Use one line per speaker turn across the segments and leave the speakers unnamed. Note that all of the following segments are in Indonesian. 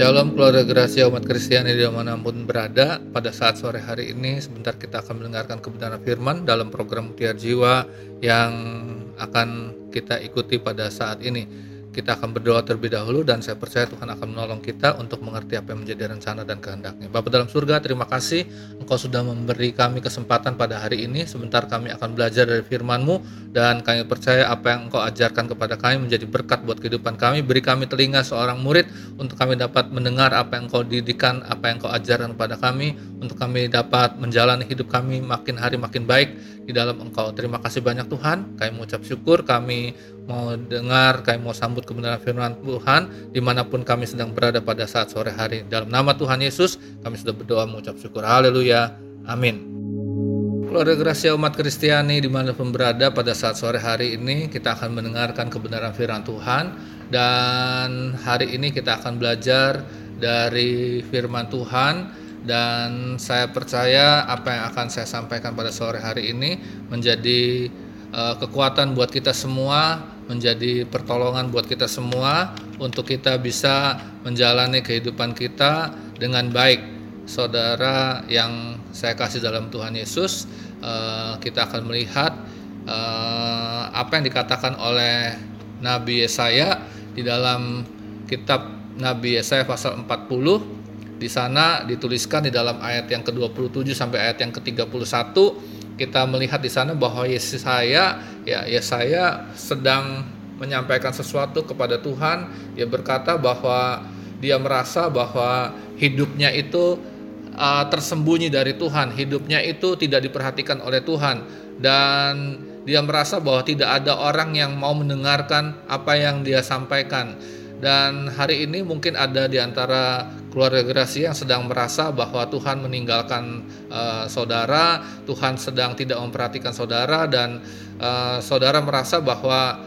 Shalom keluarga Gracia umat Kristiani dimanapun berada. Pada saat sore hari ini sebentar kita akan mendengarkan kebenaran firman dalam program Mutiara Jiwa yang akan kita ikuti pada saat ini. Kita akan berdoa terlebih dahulu dan saya percaya Tuhan akan menolong kita untuk mengerti apa yang menjadi rencana dan kehendak-Nya. Bapa dalam surga, terima kasih Engkau sudah memberi kami kesempatan pada hari ini. Sebentar kami akan belajar dari firman-Mu dan kami percaya apa yang Engkau ajarkan kepada kami menjadi berkat buat kehidupan kami. Beri kami telinga seorang murid untuk kami dapat mendengar apa yang Engkau didikan, apa yang Engkau ajarkan kepada kami, untuk kami dapat menjalani hidup kami makin hari makin baik di dalam Engkau. Terima kasih banyak Tuhan. Kami mengucap syukur, kami mau dengar, kami mau sambut kebenaran firman Tuhan dimanapun kami sedang berada pada saat sore hari. Dalam nama Tuhan Yesus kami sudah berdoa mengucap syukur. Haleluya, amin. Keluarga Gracia umat Kristiani dimanapun berada, pada saat sore hari ini kita akan mendengarkan kebenaran firman Tuhan. Dan hari ini kita akan belajar dari firman Tuhan. Dan saya percaya apa yang akan saya sampaikan pada sore hari ini menjadi kekuatan buat kita semua, menjadi pertolongan buat kita semua untuk kita bisa menjalani kehidupan kita dengan baik. Saudara yang saya kasih dalam Tuhan Yesus, kita akan melihat apa yang dikatakan oleh Nabi Yesaya di dalam kitab Nabi Yesaya pasal 40. Di sana dituliskan di dalam ayat yang ke-27 sampai ayat yang ke-31, kita melihat di sana bahwa Yesaya sedang menyampaikan sesuatu kepada Tuhan. Dia berkata bahwa dia merasa bahwa hidupnya itu tersembunyi dari Tuhan, hidupnya itu tidak diperhatikan oleh Tuhan, dan dia merasa bahwa tidak ada orang yang mau mendengarkan apa yang dia sampaikan. Dan hari ini mungkin ada di antara keluarga Gracia yang sedang merasa bahwa Tuhan meninggalkan saudara, Tuhan sedang tidak memperhatikan saudara, dan saudara merasa bahwa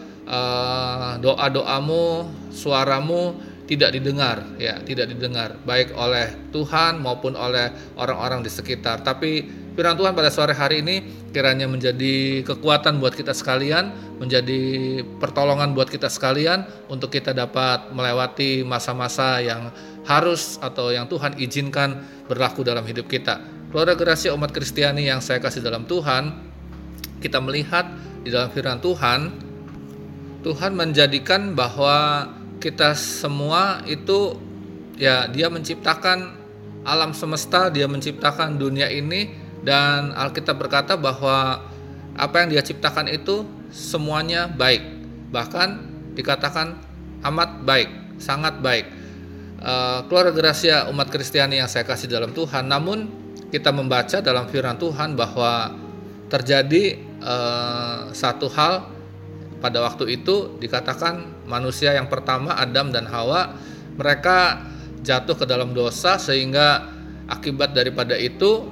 doa-doamu, suaramu tidak didengar, tidak didengar baik oleh Tuhan maupun oleh orang-orang di sekitar. Tapi firman Tuhan pada sore hari ini kiranya menjadi kekuatan buat kita sekalian, menjadi pertolongan buat kita sekalian untuk kita dapat melewati masa-masa yang harus atau yang Tuhan izinkan berlaku dalam hidup kita. Keluarga Gracia umat Kristiani yang saya kasih dalam Tuhan, kita melihat di dalam firman Tuhan, Tuhan menjadikan bahwa kita semua itu Dia menciptakan alam semesta, Dia menciptakan dunia ini. Dan Alkitab berkata bahwa apa yang Dia ciptakan itu semuanya baik. Bahkan dikatakan amat baik, sangat baik. Keluarga Gracia umat Kristiani yang saya kasih dalam Tuhan, namun kita membaca dalam firman Tuhan bahwa terjadi satu hal pada waktu itu. Dikatakan manusia yang pertama, Adam dan Hawa, mereka jatuh ke dalam dosa, sehingga akibat daripada itu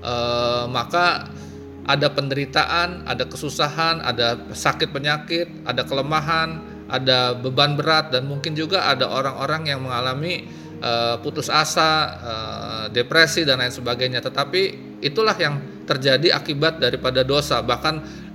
maka ada penderitaan, ada kesusahan, ada sakit penyakit, ada kelemahan, ada beban berat, dan mungkin juga ada orang-orang yang mengalami putus asa, depresi dan lain sebagainya. Tetapi itulah yang terjadi akibat daripada dosa. Bahkan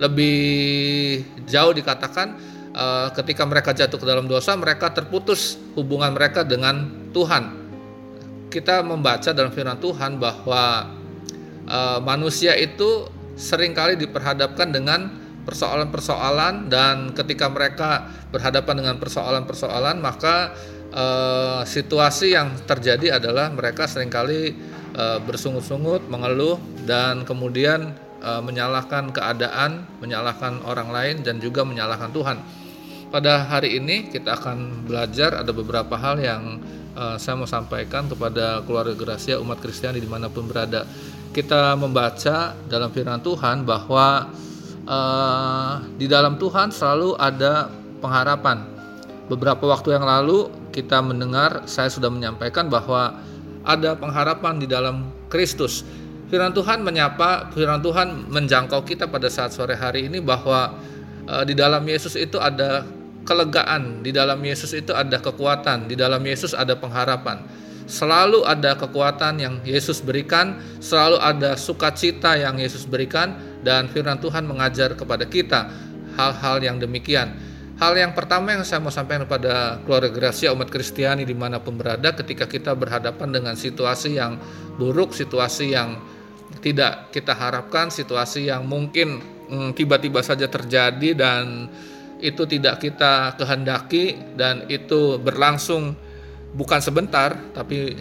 lebih jauh dikatakan ketika mereka jatuh ke dalam dosa, mereka terputus hubungan mereka dengan Tuhan. Kita membaca dalam firman Tuhan bahwa manusia itu seringkali diperhadapkan dengan persoalan-persoalan, dan ketika mereka berhadapan dengan persoalan-persoalan, maka situasi yang terjadi adalah mereka seringkali bersungut-sungut, mengeluh, dan kemudian menyalahkan keadaan, menyalahkan orang lain, dan juga menyalahkan Tuhan. Pada hari ini kita akan belajar ada beberapa hal yang saya mau sampaikan kepada keluarga Gracia umat Kristiani dimanapun berada. Kita membaca dalam firman Tuhan bahwa di dalam Tuhan selalu ada pengharapan. Beberapa waktu yang lalu kita mendengar, saya sudah menyampaikan bahwa ada pengharapan di dalam Kristus. Firman Tuhan menjangkau kita pada saat sore hari ini bahwa di dalam Yesus itu ada kelegaan, di dalam Yesus itu ada kekuatan, di dalam Yesus ada pengharapan. Selalu ada kekuatan yang Yesus berikan, selalu ada sukacita yang Yesus berikan, dan firman Tuhan mengajar kepada kita hal-hal yang demikian. Hal yang pertama yang saya mau sampaikan kepada keluarga Gracia umat Kristiani dimanapun berada, ketika kita berhadapan dengan situasi yang buruk, situasi yang tidak kita harapkan, situasi yang mungkin tiba-tiba saja terjadi dan itu tidak kita kehendaki, dan itu berlangsung bukan sebentar tapi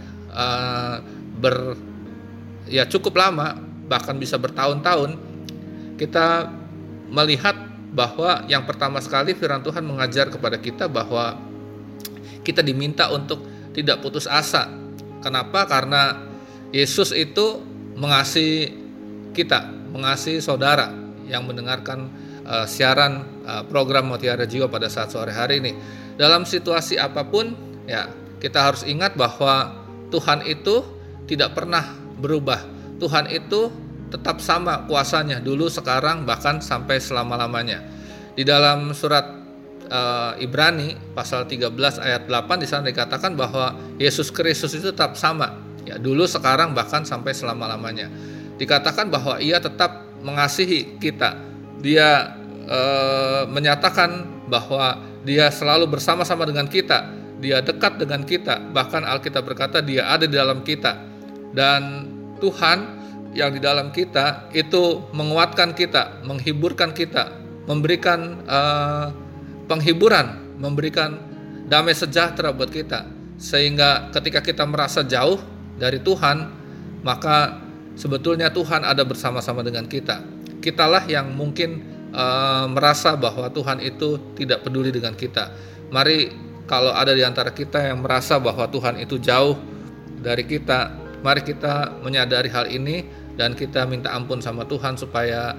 cukup lama, bahkan bisa bertahun-tahun. Kita melihat bahwa yang pertama sekali firman Tuhan mengajar kepada kita bahwa kita diminta untuk tidak putus asa. Kenapa? Karena Yesus itu mengasihi kita, mengasihi saudara yang mendengarkan siaran program Mutiara Jiwa pada saat sore hari ini. Dalam situasi apapun, ya, kita harus ingat bahwa Tuhan itu tidak pernah berubah. Tuhan itu tetap sama kuasanya, dulu, sekarang, bahkan sampai selama-lamanya. Di dalam surat Ibrani pasal 13 ayat 8 di sana dikatakan bahwa Yesus Kristus itu tetap sama, ya, dulu, sekarang, bahkan sampai selama-lamanya. Dikatakan bahwa Ia tetap mengasihi kita. Dia menyatakan bahwa Dia selalu bersama-sama dengan kita. Dia dekat dengan kita. Bahkan Alkitab berkata Dia ada di dalam kita. Dan Tuhan yang di dalam kita itu menguatkan kita, menghiburkan kita, memberikan penghiburan, memberikan damai sejahtera buat kita. Sehingga ketika kita merasa jauh dari Tuhan, maka sebetulnya Tuhan ada bersama-sama dengan kita. Kitalah yang mungkin merasa bahwa Tuhan itu tidak peduli dengan kita. Mari, kalau ada di antara kita yang merasa bahwa Tuhan itu jauh dari kita, mari kita menyadari hal ini dan kita minta ampun sama Tuhan supaya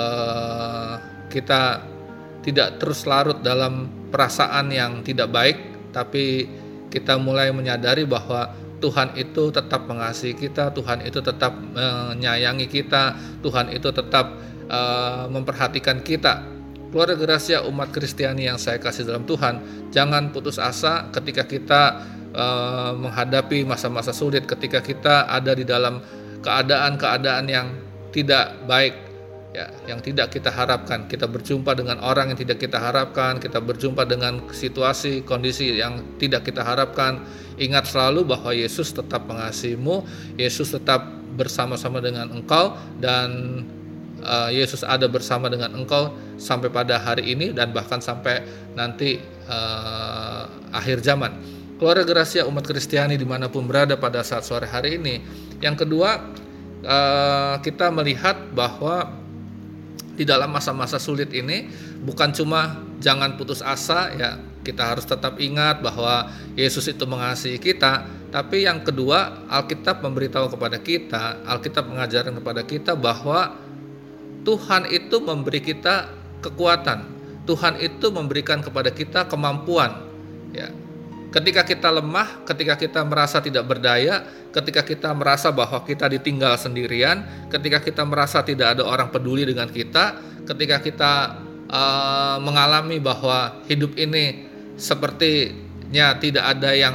kita tidak terus larut dalam perasaan yang tidak baik, tapi kita mulai menyadari bahwa Tuhan itu tetap mengasihi kita, Tuhan itu tetap menyayangi kita, Tuhan itu tetap memperhatikan kita. Keluarga Gracia umat Kristiani yang saya kasih dalam Tuhan, jangan putus asa ketika kita menghadapi masa-masa sulit, ketika kita ada di dalam keadaan-keadaan yang tidak baik, ya, yang tidak kita harapkan. Kita berjumpa dengan orang yang tidak kita harapkan, kita berjumpa dengan situasi, kondisi yang tidak kita harapkan. Ingat selalu bahwa Yesus tetap mengasihimu, Yesus tetap bersama-sama dengan engkau, dan Yesus ada bersama dengan engkau sampai pada hari ini dan bahkan sampai nanti akhir zaman. Keluarga Gracia umat Kristiani dimanapun berada pada saat sore hari ini. Yang kedua, kita melihat bahwa di dalam masa-masa sulit ini bukan cuma jangan putus asa, ya, kita harus tetap ingat bahwa Yesus itu mengasihi kita. Tapi yang kedua, Alkitab memberitahu kepada kita, Alkitab mengajarkan kepada kita bahwa Tuhan itu memberi kita kekuatan. Tuhan itu memberikan kepada kita kemampuan, ya. Ketika kita lemah, ketika kita merasa tidak berdaya, ketika kita merasa bahwa kita ditinggal sendirian, ketika kita merasa tidak ada orang peduli dengan kita, ketika kita mengalami bahwa hidup ini sepertinya tidak ada yang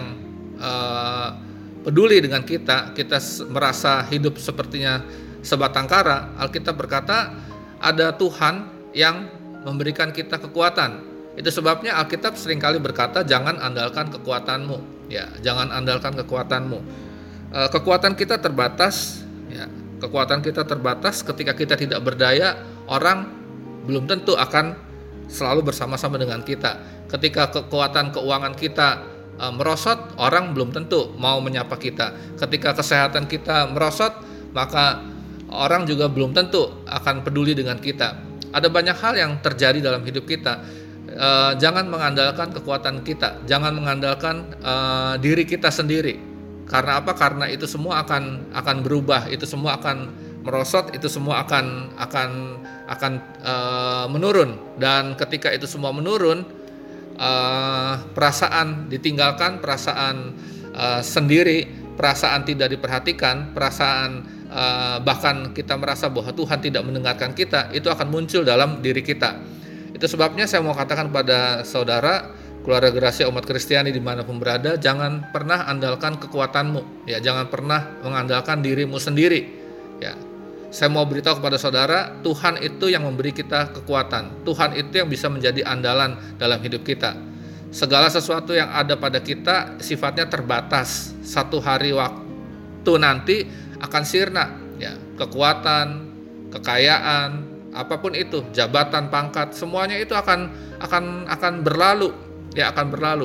peduli dengan kita, kita merasa hidup sepertinya sebatang kara, Alkitab berkata ada Tuhan yang memberikan kita kekuatan. Itu sebabnya Alkitab seringkali berkata jangan andalkan kekuatanmu, ya, jangan andalkan kekuatanmu. Kekuatan kita terbatas, ya, kekuatan kita terbatas. Ketika kita tidak berdaya, orang belum tentu akan selalu bersama-sama dengan kita. Ketika kekuatan keuangan kita merosot, orang belum tentu mau menyapa kita. Ketika kesehatan kita merosot, maka orang juga belum tentu akan peduli dengan kita. Ada banyak hal yang terjadi dalam hidup kita. Jangan mengandalkan kekuatan kita, jangan mengandalkan diri kita sendiri. Karena apa? Karena itu semua akan berubah, itu semua akan merosot, itu semua akan menurun. Dan ketika itu semua menurun, perasaan ditinggalkan, perasaan sendiri, perasaan tidak diperhatikan, perasaan bahkan kita merasa bahwa Tuhan tidak mendengarkan kita, itu akan muncul dalam diri kita. Itu sebabnya saya mau katakan pada saudara, keluarga Gracia umat Kristiani dimanapun berada, jangan pernah andalkan kekuatanmu, ya, jangan pernah mengandalkan dirimu sendiri, ya. Saya mau beritahu kepada saudara, Tuhan itu yang memberi kita kekuatan. Tuhan itu yang bisa menjadi andalan dalam hidup kita. Segala sesuatu yang ada pada kita sifatnya terbatas. Satu hari waktu nanti akan sirna. Ya, kekuatan, kekayaan, apapun itu, jabatan, pangkat, semuanya itu akan berlalu. Ya, akan berlalu.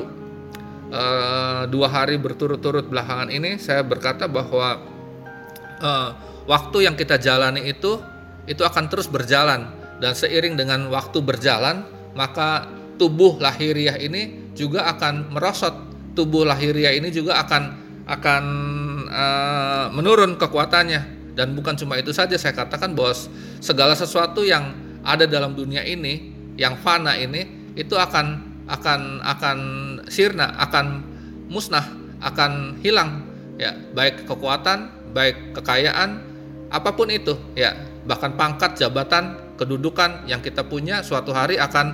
2 hari berturut-turut belakangan ini saya berkata bahwa waktu yang kita jalani itu akan terus berjalan, dan seiring dengan waktu berjalan maka tubuh lahiriah ini juga akan merosot. Tubuh lahiriah ini juga akan menurun kekuatannya. Dan bukan cuma itu saja, saya katakan bahwa segala sesuatu yang ada dalam dunia ini yang fana ini itu akan sirna, akan musnah, akan hilang, ya, baik kekuatan, baik kekayaan, apapun itu, ya, bahkan pangkat, jabatan, kedudukan yang kita punya suatu hari akan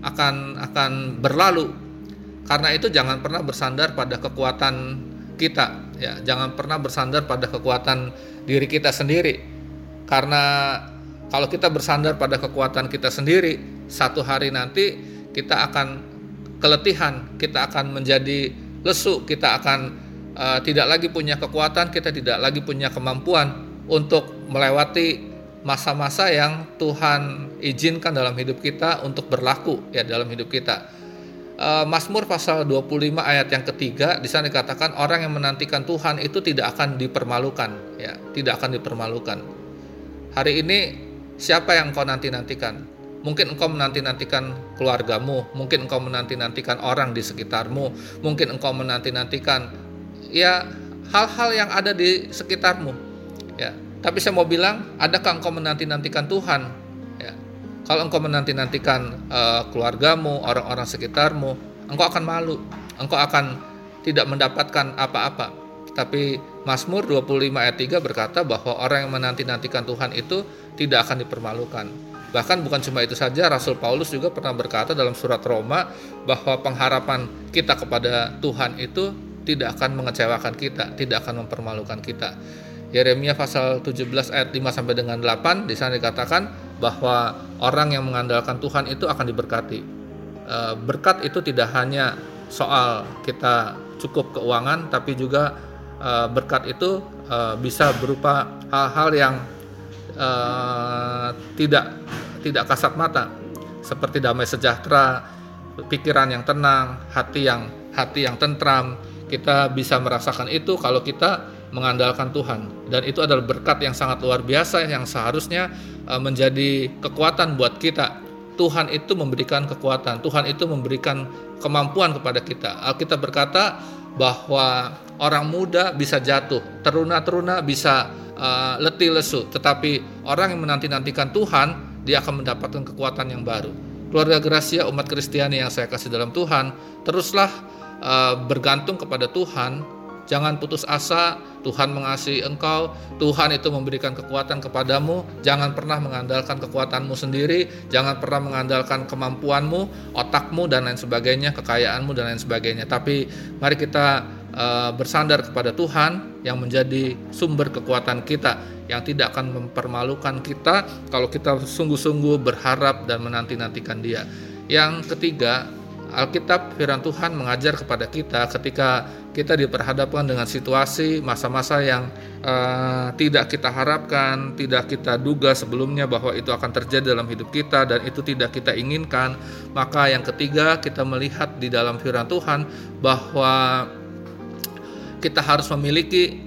berlalu. Karena itu jangan pernah bersandar pada kekuatan kita, ya, jangan pernah bersandar pada kekuatan diri kita sendiri. Karena kalau kita bersandar pada kekuatan kita sendiri, satu hari nanti kita akan keletihan, kita akan menjadi lesu, kita akan tidak lagi punya kekuatan, kita tidak lagi punya kemampuan untuk melewati masa-masa yang Tuhan izinkan dalam hidup kita untuk berlaku, ya, dalam hidup kita. Mazmur pasal 25 ayat yang ketiga, di sana dikatakan orang yang menantikan Tuhan itu tidak akan dipermalukan, ya, tidak akan dipermalukan. Hari ini siapa yang engkau nanti-nantikan? Mungkin engkau menanti-nantikan keluargamu, mungkin engkau menanti-nantikan orang di sekitarmu, mungkin engkau menanti-nantikan, ya, hal-hal yang ada di sekitarmu, ya. Tapi saya mau bilang, adakah engkau menanti-nantikan Tuhan? Ya. Kalau engkau menanti-nantikan keluargamu, orang-orang sekitarmu, engkau akan malu, engkau akan tidak mendapatkan apa-apa. Tapi Mazmur 25 ayat 3 berkata bahwa orang yang menanti-nantikan Tuhan itu tidak akan dipermalukan. Bahkan bukan cuma itu saja, Rasul Paulus juga pernah berkata dalam surat Roma bahwa pengharapan kita kepada Tuhan itu tidak akan mengecewakan kita, tidak akan mempermalukan kita. Yeremia pasal 17 ayat 5 sampai dengan 8, di sana dikatakan bahwa orang yang mengandalkan Tuhan itu akan diberkati. Berkat itu tidak hanya soal kita cukup keuangan, tapi juga berkat itu bisa berupa hal-hal yang tidak kasat mata, seperti damai sejahtera, pikiran yang tenang, hati yang tentram. Kita bisa merasakan itu kalau kita mengandalkan Tuhan, dan itu adalah berkat yang sangat luar biasa yang seharusnya menjadi kekuatan buat kita. Tuhan itu memberikan kekuatan, Tuhan itu memberikan kemampuan kepada kita. Alkitab berkata bahwa orang muda bisa jatuh, teruna-teruna bisa letih lesu, tetapi orang yang menanti-nantikan Tuhan, dia akan mendapatkan kekuatan yang baru. Keluarga Gracia, umat Kristiani yang saya kasih dalam Tuhan, teruslah bergantung kepada Tuhan. Jangan putus asa, Tuhan mengasihi engkau, Tuhan itu memberikan kekuatan kepadamu. Jangan pernah mengandalkan kekuatanmu sendiri, jangan pernah mengandalkan kemampuanmu, otakmu dan lain sebagainya, kekayaanmu dan lain sebagainya. Tapi mari kita bersandar kepada Tuhan yang menjadi sumber kekuatan kita, yang tidak akan mempermalukan kita kalau kita sungguh-sungguh berharap dan menanti-nantikan Dia. Yang ketiga, Alkitab firman Tuhan mengajar kepada kita ketika kita diperhadapkan dengan situasi masa-masa yang tidak kita harapkan, tidak kita duga sebelumnya bahwa itu akan terjadi dalam hidup kita dan itu tidak kita inginkan. Maka yang ketiga, kita melihat di dalam firman Tuhan bahwa kita harus memiliki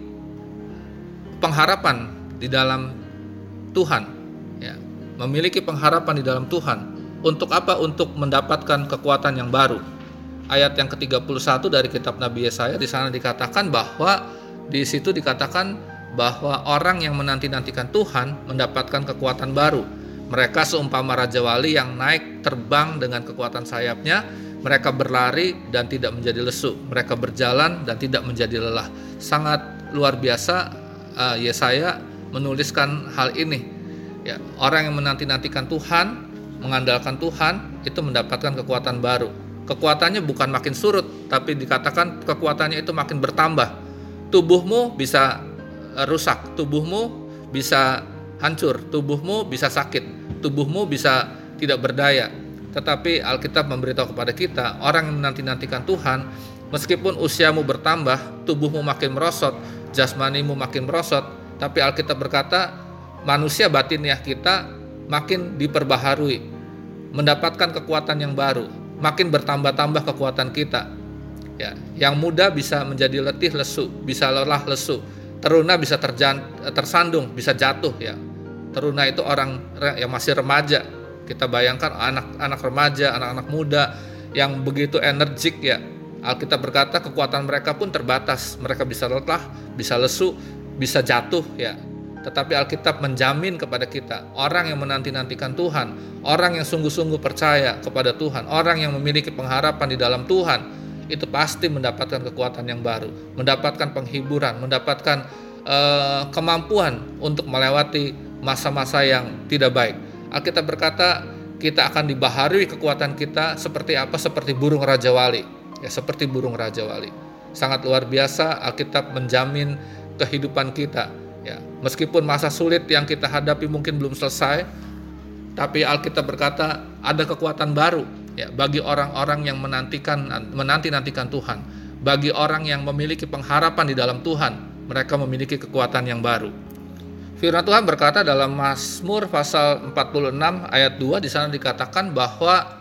pengharapan di dalam Tuhan, ya, memiliki pengharapan di dalam Tuhan. Untuk apa? Untuk mendapatkan kekuatan yang baru. Ayat yang ke-31 dari kitab Nabi Yesaya, di sana dikatakan bahwa di situ dikatakan bahwa orang yang menanti-nantikan Tuhan mendapatkan kekuatan baru. Mereka seumpama raja wali yang naik terbang dengan kekuatan sayapnya. Mereka berlari dan tidak menjadi lesu. Mereka berjalan dan tidak menjadi lelah. Sangat luar biasa Yesaya menuliskan hal ini. Ya, orang yang menanti-nantikan Tuhan, mengandalkan Tuhan, itu mendapatkan kekuatan baru. Kekuatannya bukan makin surut, tapi dikatakan kekuatannya itu makin bertambah. Tubuhmu bisa rusak, tubuhmu bisa hancur, tubuhmu bisa sakit, tubuhmu bisa tidak berdaya. Tetapi Alkitab memberitahu kepada kita, orang yang menanti-nantikan Tuhan, meskipun usiamu bertambah, tubuhmu makin merosot, jasmanimu makin merosot, tapi Alkitab berkata, manusia batiniah kita makin diperbaharui, mendapatkan kekuatan yang baru, makin bertambah-tambah kekuatan kita. Ya, yang muda bisa menjadi letih lesu, bisa lelah lesu. Teruna bisa tersandung, bisa jatuh ya. Teruna itu orang yang masih remaja. Kita bayangkan anak-anak remaja, anak-anak muda yang begitu energik ya. Alkitab berkata kekuatan mereka pun terbatas. Mereka bisa lelah, bisa lesu, bisa jatuh ya. Tetapi Alkitab menjamin kepada kita, orang yang menanti-nantikan Tuhan, orang yang sungguh-sungguh percaya kepada Tuhan, orang yang memiliki pengharapan di dalam Tuhan, itu pasti mendapatkan kekuatan yang baru, mendapatkan penghiburan, mendapatkan kemampuan untuk melewati masa-masa yang tidak baik. Alkitab berkata kita akan dibaharui kekuatan kita seperti apa? Seperti burung Raja Wali. Ya, seperti burung Raja Wali. Sangat luar biasa, Alkitab menjamin kehidupan kita. Ya, meskipun masa sulit yang kita hadapi mungkin belum selesai, tapi Alkitab berkata ada kekuatan baru. Ya, bagi orang-orang yang menanti-nantikan Tuhan, bagi orang yang memiliki pengharapan di dalam Tuhan, mereka memiliki kekuatan yang baru. Firman Tuhan berkata dalam Mazmur pasal 46 ayat 2, di sana dikatakan bahwa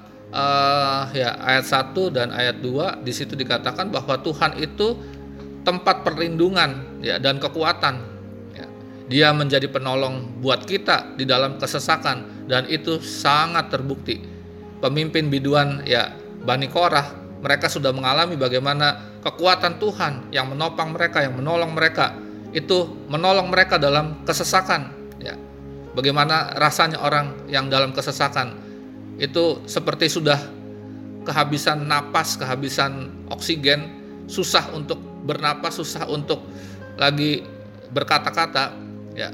ayat 1 dan ayat 2 di situ dikatakan bahwa Tuhan itu tempat perlindungan ya, dan kekuatan. Ya. Dia menjadi penolong buat kita di dalam kesesakan, dan itu sangat terbukti. Pemimpin biduan ya Bani Korah, mereka sudah mengalami bagaimana kekuatan Tuhan yang menopang mereka, yang menolong mereka, itu menolong mereka dalam kesesakan ya. Bagaimana rasanya orang yang dalam kesesakan itu seperti sudah kehabisan napas, kehabisan oksigen, susah untuk bernapas, susah untuk lagi berkata-kata ya.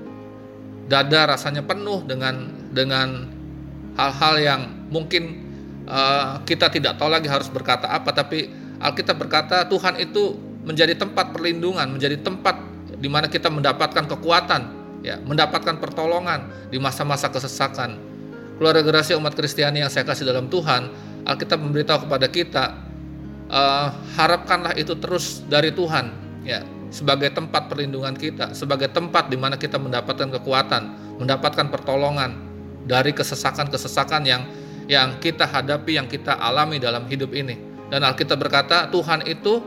Dada rasanya penuh dengan hal-hal yang mungkin kita tidak tahu lagi harus berkata apa, tapi Alkitab berkata Tuhan itu menjadi tempat perlindungan, menjadi tempat di mana kita mendapatkan kekuatan, ya, mendapatkan pertolongan di masa-masa kesesakan. Keluarga Gerasi umat Kristiani yang saya kasih dalam Tuhan, Alkitab memberitahu kepada kita, harapkanlah itu terus dari Tuhan, ya, sebagai tempat perlindungan kita, sebagai tempat di mana kita mendapatkan kekuatan, mendapatkan pertolongan dari kesesakan-kesesakan yang kita hadapi, yang kita alami dalam hidup ini. Dan Alkitab berkata Tuhan itu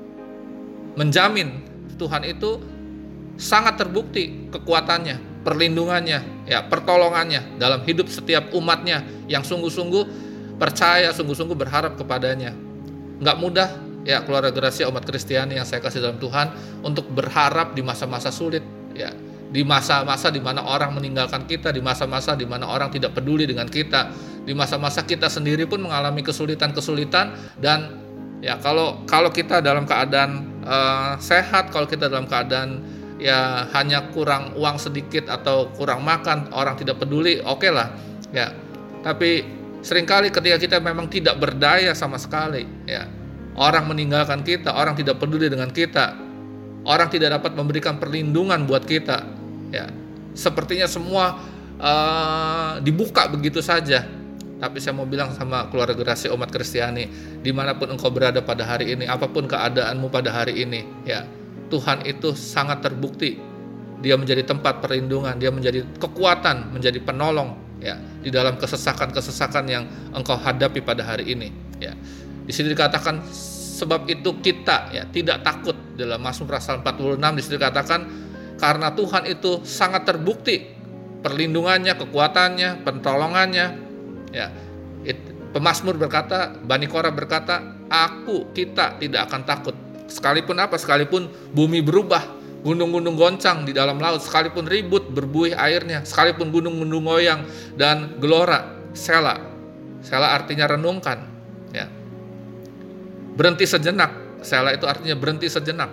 menjamin, Tuhan itu sangat terbukti kekuatannya, perlindungannya, ya, pertolongannya dalam hidup setiap umatnya yang sungguh-sungguh percaya, sungguh-sungguh berharap kepadanya. Enggak mudah ya keluarga Gracia umat Kristiani yang saya kasih dalam Tuhan untuk berharap di masa-masa sulit ya. Di masa-masa di mana orang meninggalkan kita, di masa-masa di mana orang tidak peduli dengan kita, di masa-masa kita sendiri pun mengalami kesulitan-kesulitan. Dan ya kalau kita dalam keadaan sehat, kalau kita dalam keadaan ya hanya kurang uang sedikit atau kurang makan, orang tidak peduli, oke lah ya. Tapi seringkali ketika kita memang tidak berdaya sama sekali ya, orang meninggalkan kita, orang tidak peduli dengan kita, orang tidak dapat memberikan perlindungan buat kita. Ya, sepertinya semua dibuka begitu saja. Tapi saya mau bilang sama keluarga Gerasi umat Kristiani, dimanapun engkau berada pada hari ini, apapun keadaanmu pada hari ini, ya, Tuhan itu sangat terbukti. Dia menjadi tempat perlindungan, dia menjadi kekuatan, menjadi penolong, ya, di dalam kesesakan-kesesakan yang engkau hadapi pada hari ini. Ya, di sini dikatakan sebab itu kita ya tidak takut. Dalam Mazmur pasal 46 di sini dikatakan karena Tuhan itu sangat terbukti perlindungannya, kekuatannya, pertolongannya. Ya, pemazmur berkata, Bani Korah berkata, kita tidak akan takut. Sekalipun apa? Sekalipun bumi berubah, gunung-gunung goncang di dalam laut, sekalipun ribut berbuih airnya, sekalipun gunung-gunung goyang dan gelora, Sela. Sela artinya renungkan. Ya. Berhenti sejenak. Sela itu artinya berhenti sejenak.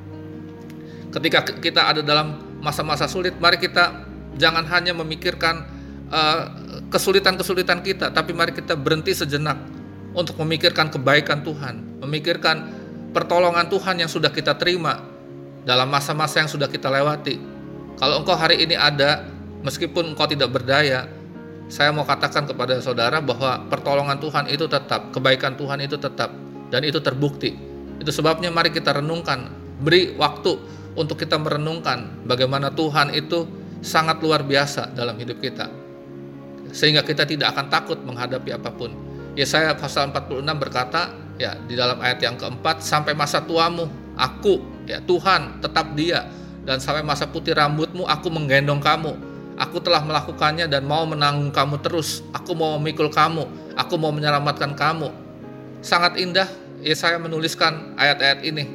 Ketika kita ada dalam masa-masa sulit, mari kita jangan hanya memikirkan kesulitan-kesulitan kita, tapi mari kita berhenti sejenak untuk memikirkan kebaikan Tuhan, memikirkan pertolongan Tuhan yang sudah kita terima dalam masa-masa yang sudah kita lewati. Kalau engkau hari ini ada, meskipun engkau tidak berdaya, saya mau katakan kepada saudara bahwa pertolongan Tuhan itu tetap, kebaikan Tuhan itu tetap, dan itu terbukti. Itu sebabnya mari kita renungkan, beri waktu untuk kita merenungkan bagaimana Tuhan itu sangat luar biasa dalam hidup kita, sehingga kita tidak akan takut menghadapi apapun. Yesaya pasal 46 berkata, ya, di dalam ayat yang keempat, sampai masa tuamu, aku, ya Tuhan, tetap Dia, dan sampai masa putih rambutmu, aku menggendong kamu. Aku telah melakukannya dan mau menanggung kamu terus. Aku mau memikul kamu, aku mau menyelamatkan kamu. Sangat indah Yesaya menuliskan ayat-ayat ini,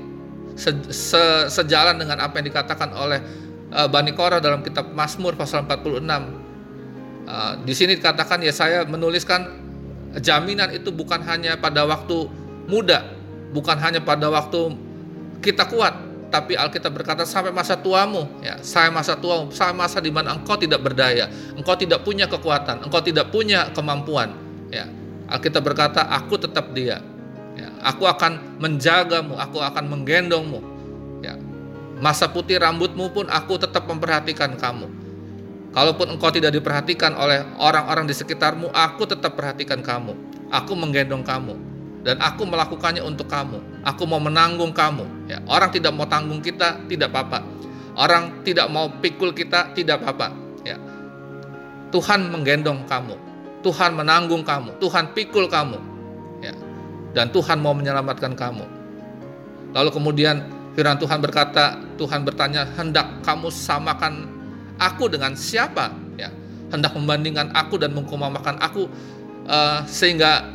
sejalan dengan apa yang dikatakan oleh Bani Korah dalam kitab Mazmur pasal 46. Di sini dikatakan Yesaya menuliskan jaminan itu bukan hanya pada waktu muda, bukan hanya pada waktu kita kuat, tapi Alkitab berkata sampai masa tuamu, ya, sampai masa tuamu, sampai masa di mana engkau tidak berdaya, engkau tidak punya kekuatan, engkau tidak punya kemampuan, ya. Alkitab berkata, aku tetap Dia, ya, aku akan menjagamu, aku akan menggendongmu, ya. Masa putih rambutmu pun aku tetap memperhatikan kamu. Kalaupun engkau tidak diperhatikan oleh orang-orang di sekitarmu, aku tetap perhatikan kamu, aku menggendong kamu, dan aku melakukannya untuk kamu. Aku mau menanggung kamu. Ya, orang tidak mau tanggung kita, tidak apa-apa. Orang tidak mau pikul kita, tidak apa-apa. Ya. Tuhan menggendong kamu, Tuhan menanggung kamu, Tuhan pikul kamu. Ya. Dan Tuhan mau menyelamatkan kamu. Lalu kemudian firman Tuhan berkata, Tuhan bertanya, hendak kamu samakan aku dengan siapa? Ya. Hendak membandingkan aku dan mengumpamakan aku sehingga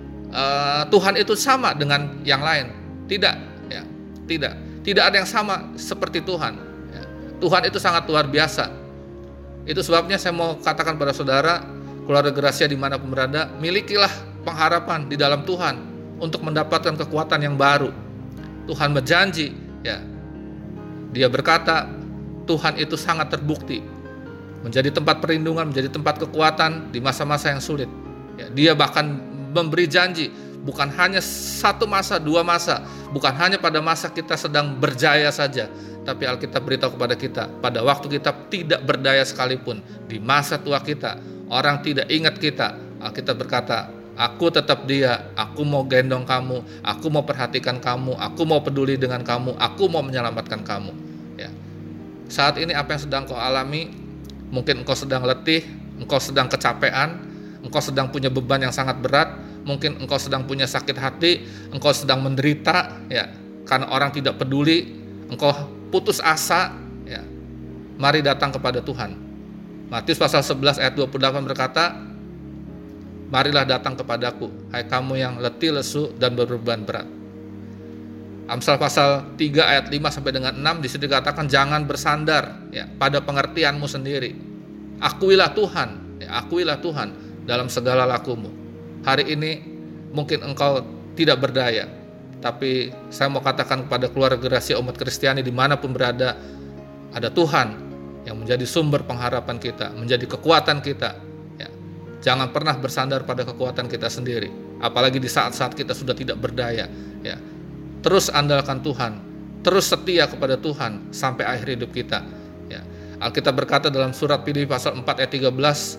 Tuhan itu sama dengan yang lain. Tidak, ya, tidak ada yang sama seperti Tuhan. Ya. Tuhan itu sangat luar biasa. Itu sebabnya saya mau katakan pada saudara, keluarga Gracia dimanapun berada, milikilah pengharapan di dalam Tuhan untuk mendapatkan kekuatan yang baru. Tuhan berjanji, ya, Dia berkata, Tuhan itu sangat terbukti menjadi tempat perlindungan, menjadi tempat kekuatan di masa-masa yang sulit. Ya, Dia bahkan memberi janji, bukan hanya satu masa, dua masa, bukan hanya pada masa kita sedang berjaya saja, tapi Alkitab beritahu kepada kita, pada waktu kita tidak berdaya sekalipun, di masa tua kita, orang tidak ingat kita, Alkitab berkata, aku tetap Dia, aku mau gendong kamu, aku mau perhatikan kamu, aku mau peduli dengan kamu, aku mau menyelamatkan kamu. Ya. Saat ini apa yang sedang kau alami, mungkin engkau sedang letih, engkau sedang kecapean, engkau sedang punya beban yang sangat berat, mungkin engkau sedang punya sakit hati, engkau sedang menderita, ya, karena orang tidak peduli, engkau putus asa, ya. Mari datang kepada Tuhan. Matius pasal 11 ayat 28 berkata, marilah datang kepadaku, hai kamu yang letih lesu dan berbeban berat. Amsal pasal 3 ayat 5 sampai dengan 6 di situ dikatakan jangan bersandar, ya, pada pengertianmu sendiri. Akuilah Tuhan, ya, akuilah Tuhan dalam segala lakumu. Hari ini mungkin engkau tidak berdaya, tapi saya mau katakan kepada keluarga Gracia umat Kristiani dimanapun berada, ada Tuhan yang menjadi sumber pengharapan kita, menjadi kekuatan kita. Ya. Jangan pernah bersandar pada kekuatan kita sendiri, apalagi di saat-saat kita sudah tidak berdaya. Ya. Terus andalkan Tuhan, terus setia kepada Tuhan sampai akhir hidup kita. Ya. Alkitab berkata dalam surat Filipi pasal 4 ayat 13,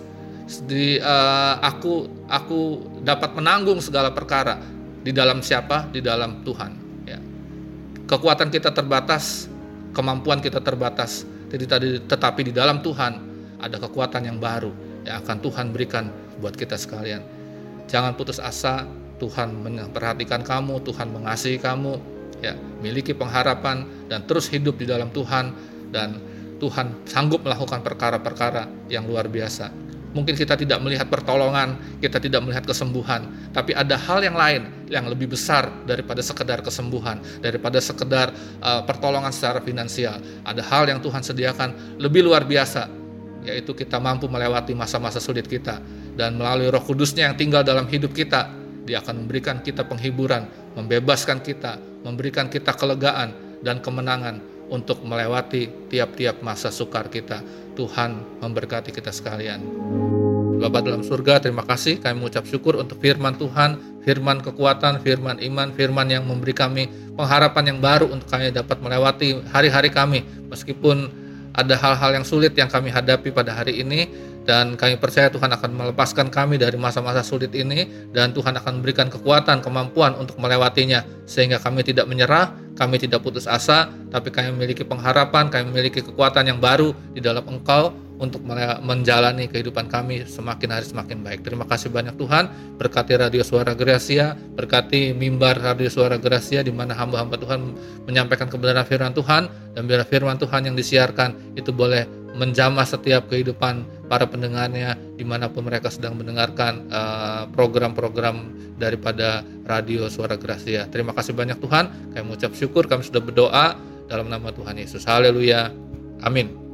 aku dapat menanggung segala perkara di dalam siapa? Di dalam Tuhan. Ya. Kekuatan kita terbatas, kemampuan kita terbatas, tetapi di dalam Tuhan ada kekuatan yang baru yang akan Tuhan berikan buat kita sekalian. Jangan putus asa, Tuhan memperhatikan kamu, Tuhan mengasihi kamu, ya, miliki pengharapan dan terus hidup di dalam Tuhan, dan Tuhan sanggup melakukan perkara-perkara yang luar biasa. Mungkin kita tidak melihat pertolongan, kita tidak melihat kesembuhan, tapi ada hal yang lain yang lebih besar daripada sekedar kesembuhan, daripada sekedar pertolongan secara finansial. Ada hal yang Tuhan sediakan lebih luar biasa, yaitu kita mampu melewati masa-masa sulit kita, dan melalui Roh Kudus-Nya yang tinggal dalam hidup kita, Dia akan memberikan kita penghiburan, membebaskan kita, memberikan kita kelegaan dan kemenangan untuk melewati tiap-tiap masa sukar kita. Tuhan memberkati kita sekalian. Bapa dalam surga, terima kasih, kami mengucap syukur untuk firman Tuhan, firman kekuatan, firman iman, firman yang memberi kami pengharapan yang baru untuk kami dapat melewati hari-hari kami, meskipun ada hal-hal yang sulit yang kami hadapi pada hari ini, dan kami percaya Tuhan akan melepaskan kami dari masa-masa sulit ini, dan Tuhan akan memberikan kekuatan, kemampuan untuk melewatinya, sehingga kami tidak menyerah, kami tidak putus asa, tapi kami memiliki pengharapan, kami memiliki kekuatan yang baru di dalam Engkau untuk menjalani kehidupan kami semakin hari semakin baik. Terima kasih banyak Tuhan, berkati Radio Suara Gracia, berkati mimbar Radio Suara Gracia di mana hamba-hamba Tuhan menyampaikan kebenaran firman Tuhan, dan biar firman Tuhan yang disiarkan itu boleh menjamah setiap kehidupan para pendengarnya dimanapun mereka sedang mendengarkan program-program daripada Radio Suara Gracia. Terima kasih banyak Tuhan, kami mengucap syukur, kami sudah berdoa dalam nama Tuhan Yesus. Haleluya, amin.